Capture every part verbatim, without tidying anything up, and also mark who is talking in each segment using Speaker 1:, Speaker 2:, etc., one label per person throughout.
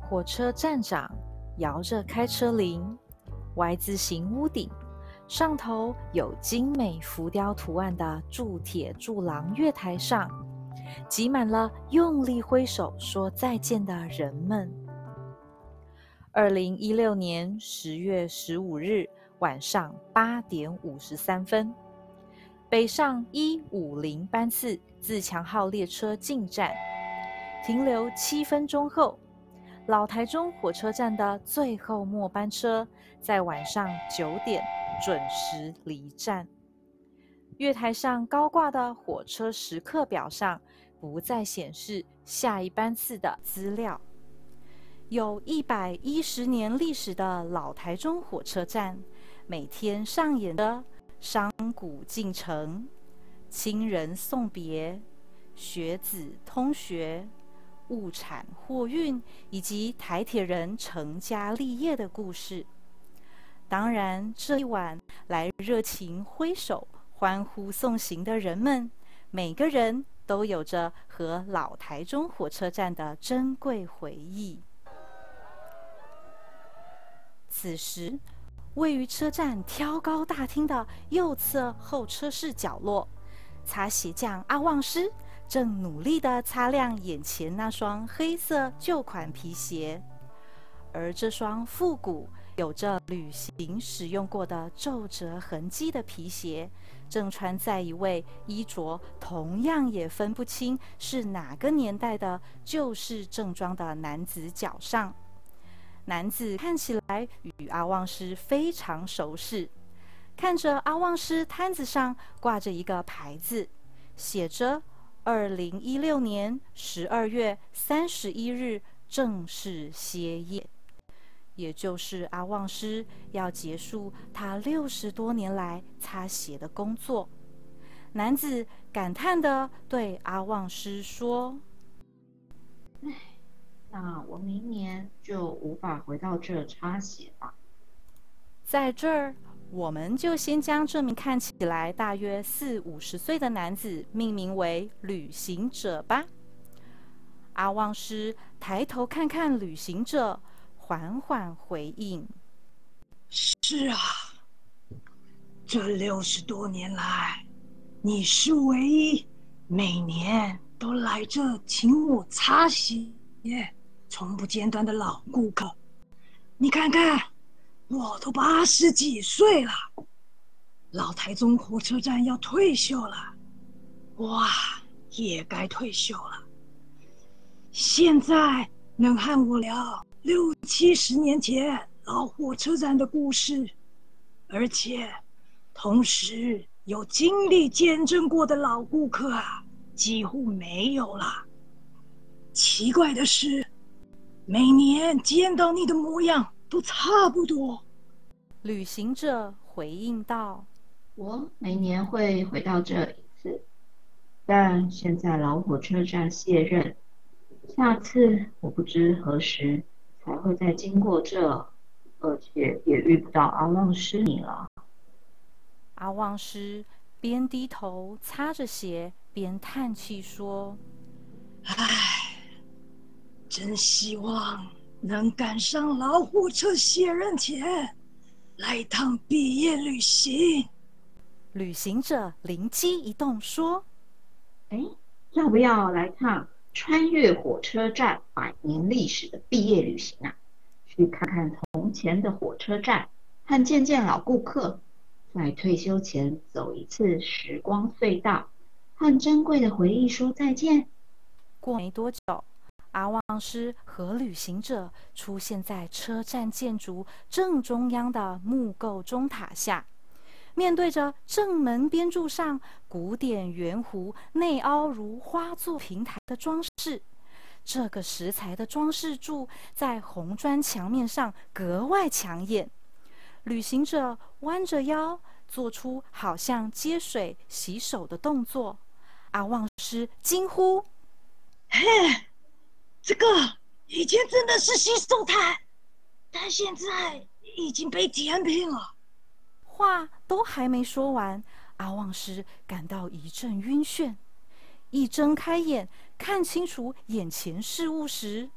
Speaker 1: 火车站长摇着开车铃，Y字形屋顶，上头有精美浮雕图案的铸铁柱廊月台上，挤满了用力挥手说再见的人们。二零一六年十月十五日晚上八点五十三分，北上一五零班次自强号列车进站，停留七分钟后，老台中火车站的最后末班车在晚上九点准时离站。月台上高挂的火车时刻表上不再显示下一班次的资料。有一百一十年历史的老台中火车站，每天上演的商贾进城、亲人送别、学子通学、物产货运以及台铁人成家立业的故事。当然，这一晚来热情挥手、欢呼送行的人们，每个人都有着和老台中火车站的珍贵回忆。此时，位于车站挑高大厅的右侧候车室角落，擦鞋匠阿旺师正努力地擦亮眼前那双黑色旧款皮鞋，而这双复古、有着旅行使用过的皱褶痕迹的皮鞋，正穿在一位衣着同样也分不清是哪个年代的旧式正装的男子脚上。男子看起来与阿旺师非常熟识，看着阿旺师摊子上挂着一个牌子，写着二零一六年十二月三十一日正式歇业，也就是阿旺师要结束他六十多年来擦鞋的工作。男子感叹地对阿旺师说：
Speaker 2: 唉，那我明年就无法回到这擦鞋吧。
Speaker 1: 在这儿，我们就先将这名看起来大约四五十岁的男子命名为旅行者吧。阿旺师抬头看看旅行者，缓缓回应：
Speaker 3: 是啊，这六十多年来，你是唯一每年都来这请我擦鞋从不间断的老顾客。你看看，我都八十几岁了，老台中火车站要退休了，哇，也该退休了。现在能和我聊六七十年前老火车站的故事，而且同时有经历见证过的老顾客啊，几乎没有了。奇怪的是，每年见到你的模样都差不多。
Speaker 1: 旅行者回应道：
Speaker 2: 我每年会回到这一次，但现在老火车站卸任，下次我不知何时才会再经过这，而且也遇不到阿旺师你了。
Speaker 1: 阿旺师边低头擦着鞋，边叹气说：
Speaker 3: 唉，真希望能赶上老火车卸任前来一趟毕业旅行。
Speaker 1: 旅行者灵机一动说：
Speaker 2: 哎，要不要来趟穿越火车站百年历史的毕业旅行啊？去看看从前的火车站，和见见老顾客，在退休前走一次时光隧道，和珍贵的回忆说再见。
Speaker 1: 过没多久，阿旺师和旅行者出现在车站建筑正中央的木构钟塔下，面对着正门边柱上古典圆弧内凹如花座平台的装饰。这个石材的装饰柱在红砖墙面上格外抢眼。旅行者弯着腰，做出好像接水洗手的动作。阿旺师惊呼：
Speaker 3: 嘿，这个以前真的是洗手台，但现在已经被填平了。
Speaker 1: 话都还没说完，阿旺师感到一阵晕眩。一睁开眼看清楚眼前事物时，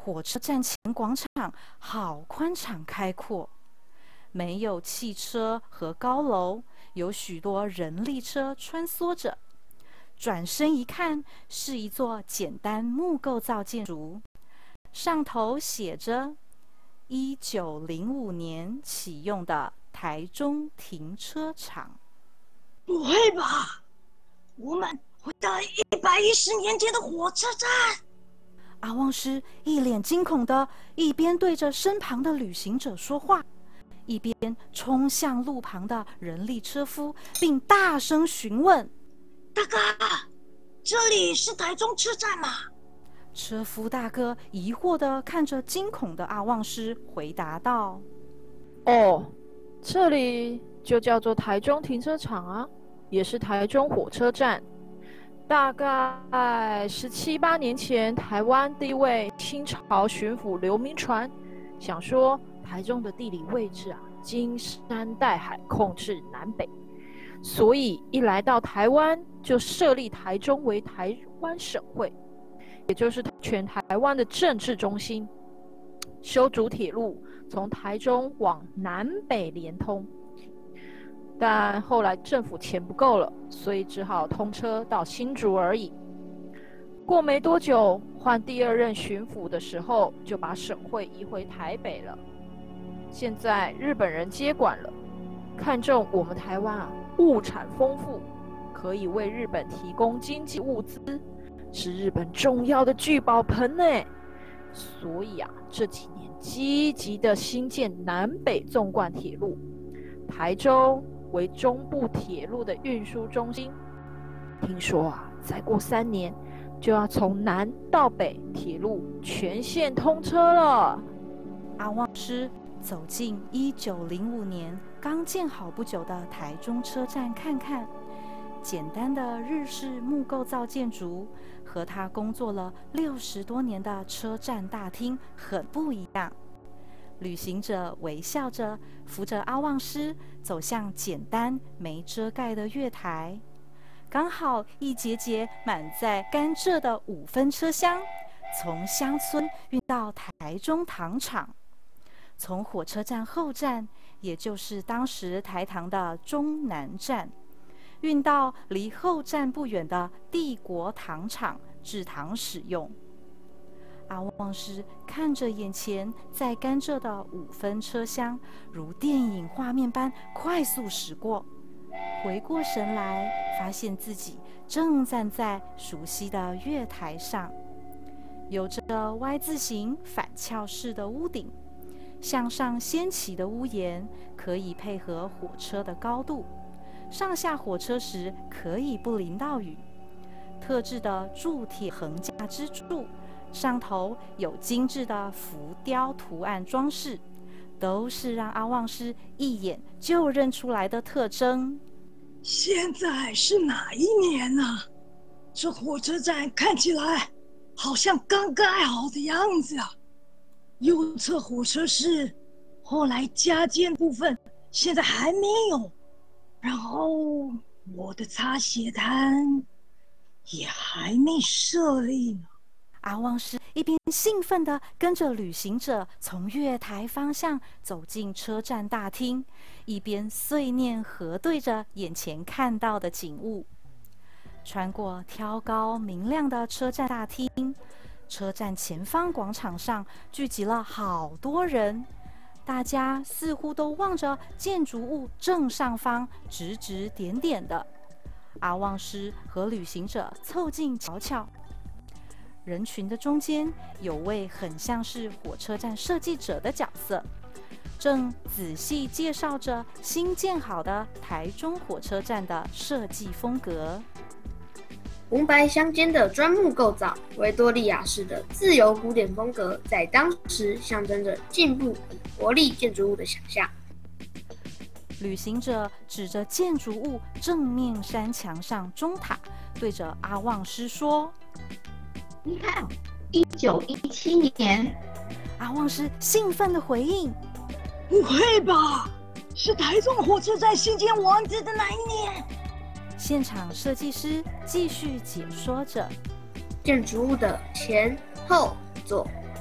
Speaker 1: 火车站前广场好宽敞开阔，没有汽车和高楼，有许多人力车穿梭着。转身一看，是一座简单木构造建筑，上头写着一九零五年启用的台中停车场。
Speaker 3: 不会吧？我们回到一百一十年前的火车站？
Speaker 1: 阿旺师一脸惊恐的，一边对着身旁的旅行者说话，一边冲向路旁的人力车夫，并大声询问：“
Speaker 3: 大哥，这里是台中车站吗？”
Speaker 1: 车夫大哥疑惑的看着惊恐的阿旺师，回答道：“
Speaker 4: 哦，这里就叫做台中停车场啊，也是台中火车站。大概十七八年前，台湾第一位清朝巡抚刘铭传想说，台中的地理位置啊，经山带海，控制南北，所以一来到台湾就设立台中为台湾省会，也就是全台湾的政治中心，修筑铁路，从台中往南北连通。但后来政府钱不够了，所以只好通车到新竹而已。过没多久，换第二任巡抚的时候，就把省会移回台北了。现在日本人接管了，看中我们台湾啊，物产丰富，可以为日本提供经济物资，是日本重要的聚宝盆呢。所以啊，这几年积极的兴建南北纵贯铁路，台中为中部铁路的运输中心。听说啊，再过三年就要从南到北铁路全线通车了。
Speaker 1: 阿旺师走进一九零五年刚建好不久的台中车站看看，简单的日式木构造建筑和他工作了六十多年的车站大厅很不一样。旅行者微笑着扶着阿旺师走向简单没遮盖的月台，刚好一节节满载甘蔗的五分车厢从乡村运到台中糖厂，从火车站后站，也就是当时台糖的中南站，运到离后站不远的帝国糖厂制糖使用。阿旺师看着眼前载甘蔗的五分车厢，如电影画面般快速驶过，回过神来，发现自己正站在熟悉的月台上，有着 Y 字形反翘式的屋顶，向上掀起的屋檐可以配合火车的高度，上下火车时可以不淋到雨。特制的铸铁横架支柱，上头有精致的浮雕图案装饰，都是让阿旺师一眼就认出来的特征。
Speaker 3: 现在是哪一年啊？这火车站看起来好像刚盖好的样子啊！右侧火车室后来加建部分现在还没有，然后我的擦鞋摊也还没设立呢。
Speaker 1: 阿旺师一边兴奋地跟着旅行者从月台方向走进车站大厅，一边碎念核对着眼前看到的景物。穿过挑高明亮的车站大厅，车站前方广场上聚集了好多人，大家似乎都望着建筑物正上方指指点点的。阿旺师和旅行者凑近瞧瞧，人群的中间有位很像是火车站设计者的角色，正仔细介绍着新建好的台中火车站的设计风格。
Speaker 5: 红白相间的砖木构造，维多利亚式的自由古典风格，在当时象征着进步与活力建筑物的想象。
Speaker 1: 旅行者指着建筑物正面山墙上钟塔，对着阿旺师说：“
Speaker 2: 你看，一九一七年。”
Speaker 1: 阿旺师兴奋地回应：“
Speaker 3: 不会吧？是台中火车站新建完成的那一年？”
Speaker 1: 现场设计师继续解说着：“
Speaker 5: 建筑物的前、后、左、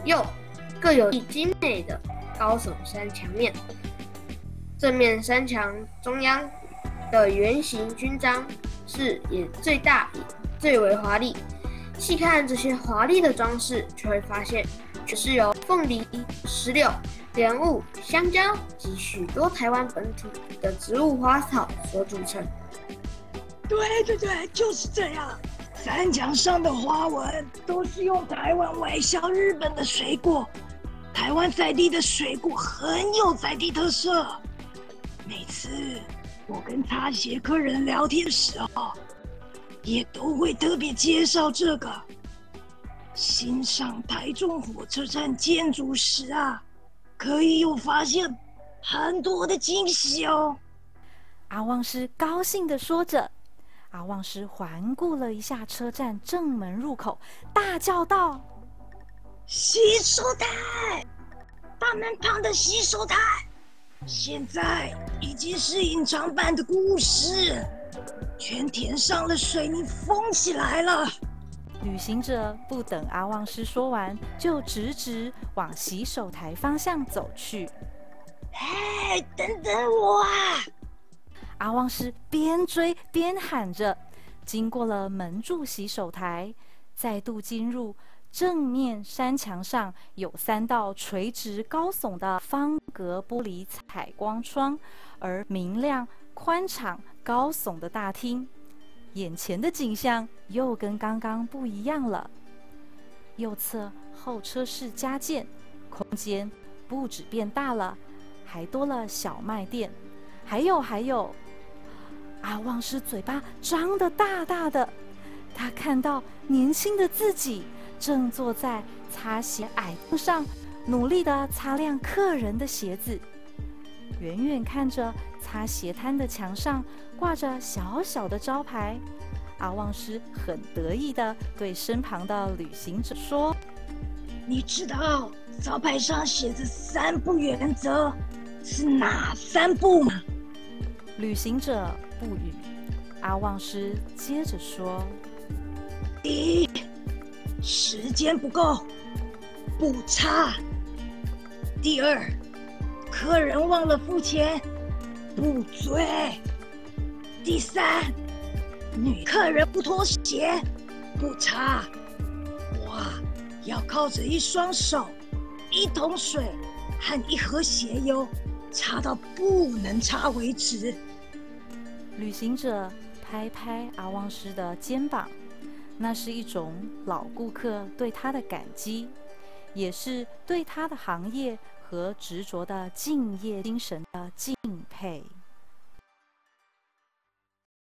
Speaker 5: 右各有一精美的高耸山墙面。正面山墙中央的圆形勋章是也最大也最为华丽。细看这些华丽的装饰，却会发现却是由凤梨、石榴、莲雾、香蕉及许多台湾本土的植物花草所组成。
Speaker 3: 对对对，就是这样。山墙上的花纹都是用台湾外销日本的水果，台湾在地的水果很有在地特色。每次我跟擦鞋客人聊天的时候，也都会特别介绍这个。欣赏台中火车站建筑时啊，可以有发现很多的惊喜哦。
Speaker 1: 阿旺师高兴地说着。阿旺师环顾了一下车站正门入口，大叫道：“
Speaker 3: 洗手台！大门旁的洗手台，现在已经是隐藏版的故事，全填上了水泥，封起来了。”
Speaker 1: 旅行者不等阿旺师说完，就直直往洗手台方向走去。
Speaker 3: 哎，等等我啊！
Speaker 1: 阿旺师边追边喊着，经过了门柱洗手台，再度进入正面山墙上有三道垂直高耸的方格玻璃采光窗，而明亮宽敞高耸的大厅，眼前的景象又跟刚刚不一样了。右侧候车室加建，空间不止变大了，还多了小卖店，还有还有。阿旺师嘴巴张得大大的，他看到年轻的自己正坐在擦鞋矮凳上，努力地擦亮客人的鞋子。远远看着擦鞋摊的墙上挂着小小的招牌，阿旺师很得意地对身旁的旅行者说：“
Speaker 3: 你知道招牌上写着三不原则是哪三不吗？”
Speaker 1: 旅行者不语，阿旺师接着说：“
Speaker 3: 第一，时间不够，不差；第二，客人忘了付钱，不追；第三，女客人不脱鞋，不擦。我要靠着一双手、一桶水和一盒鞋油，擦到不能擦为止。”
Speaker 1: 旅行者拍拍阿旺师的肩膀，那是一种老顾客对他的感激，也是对他的行业和执着的敬业精神的敬佩。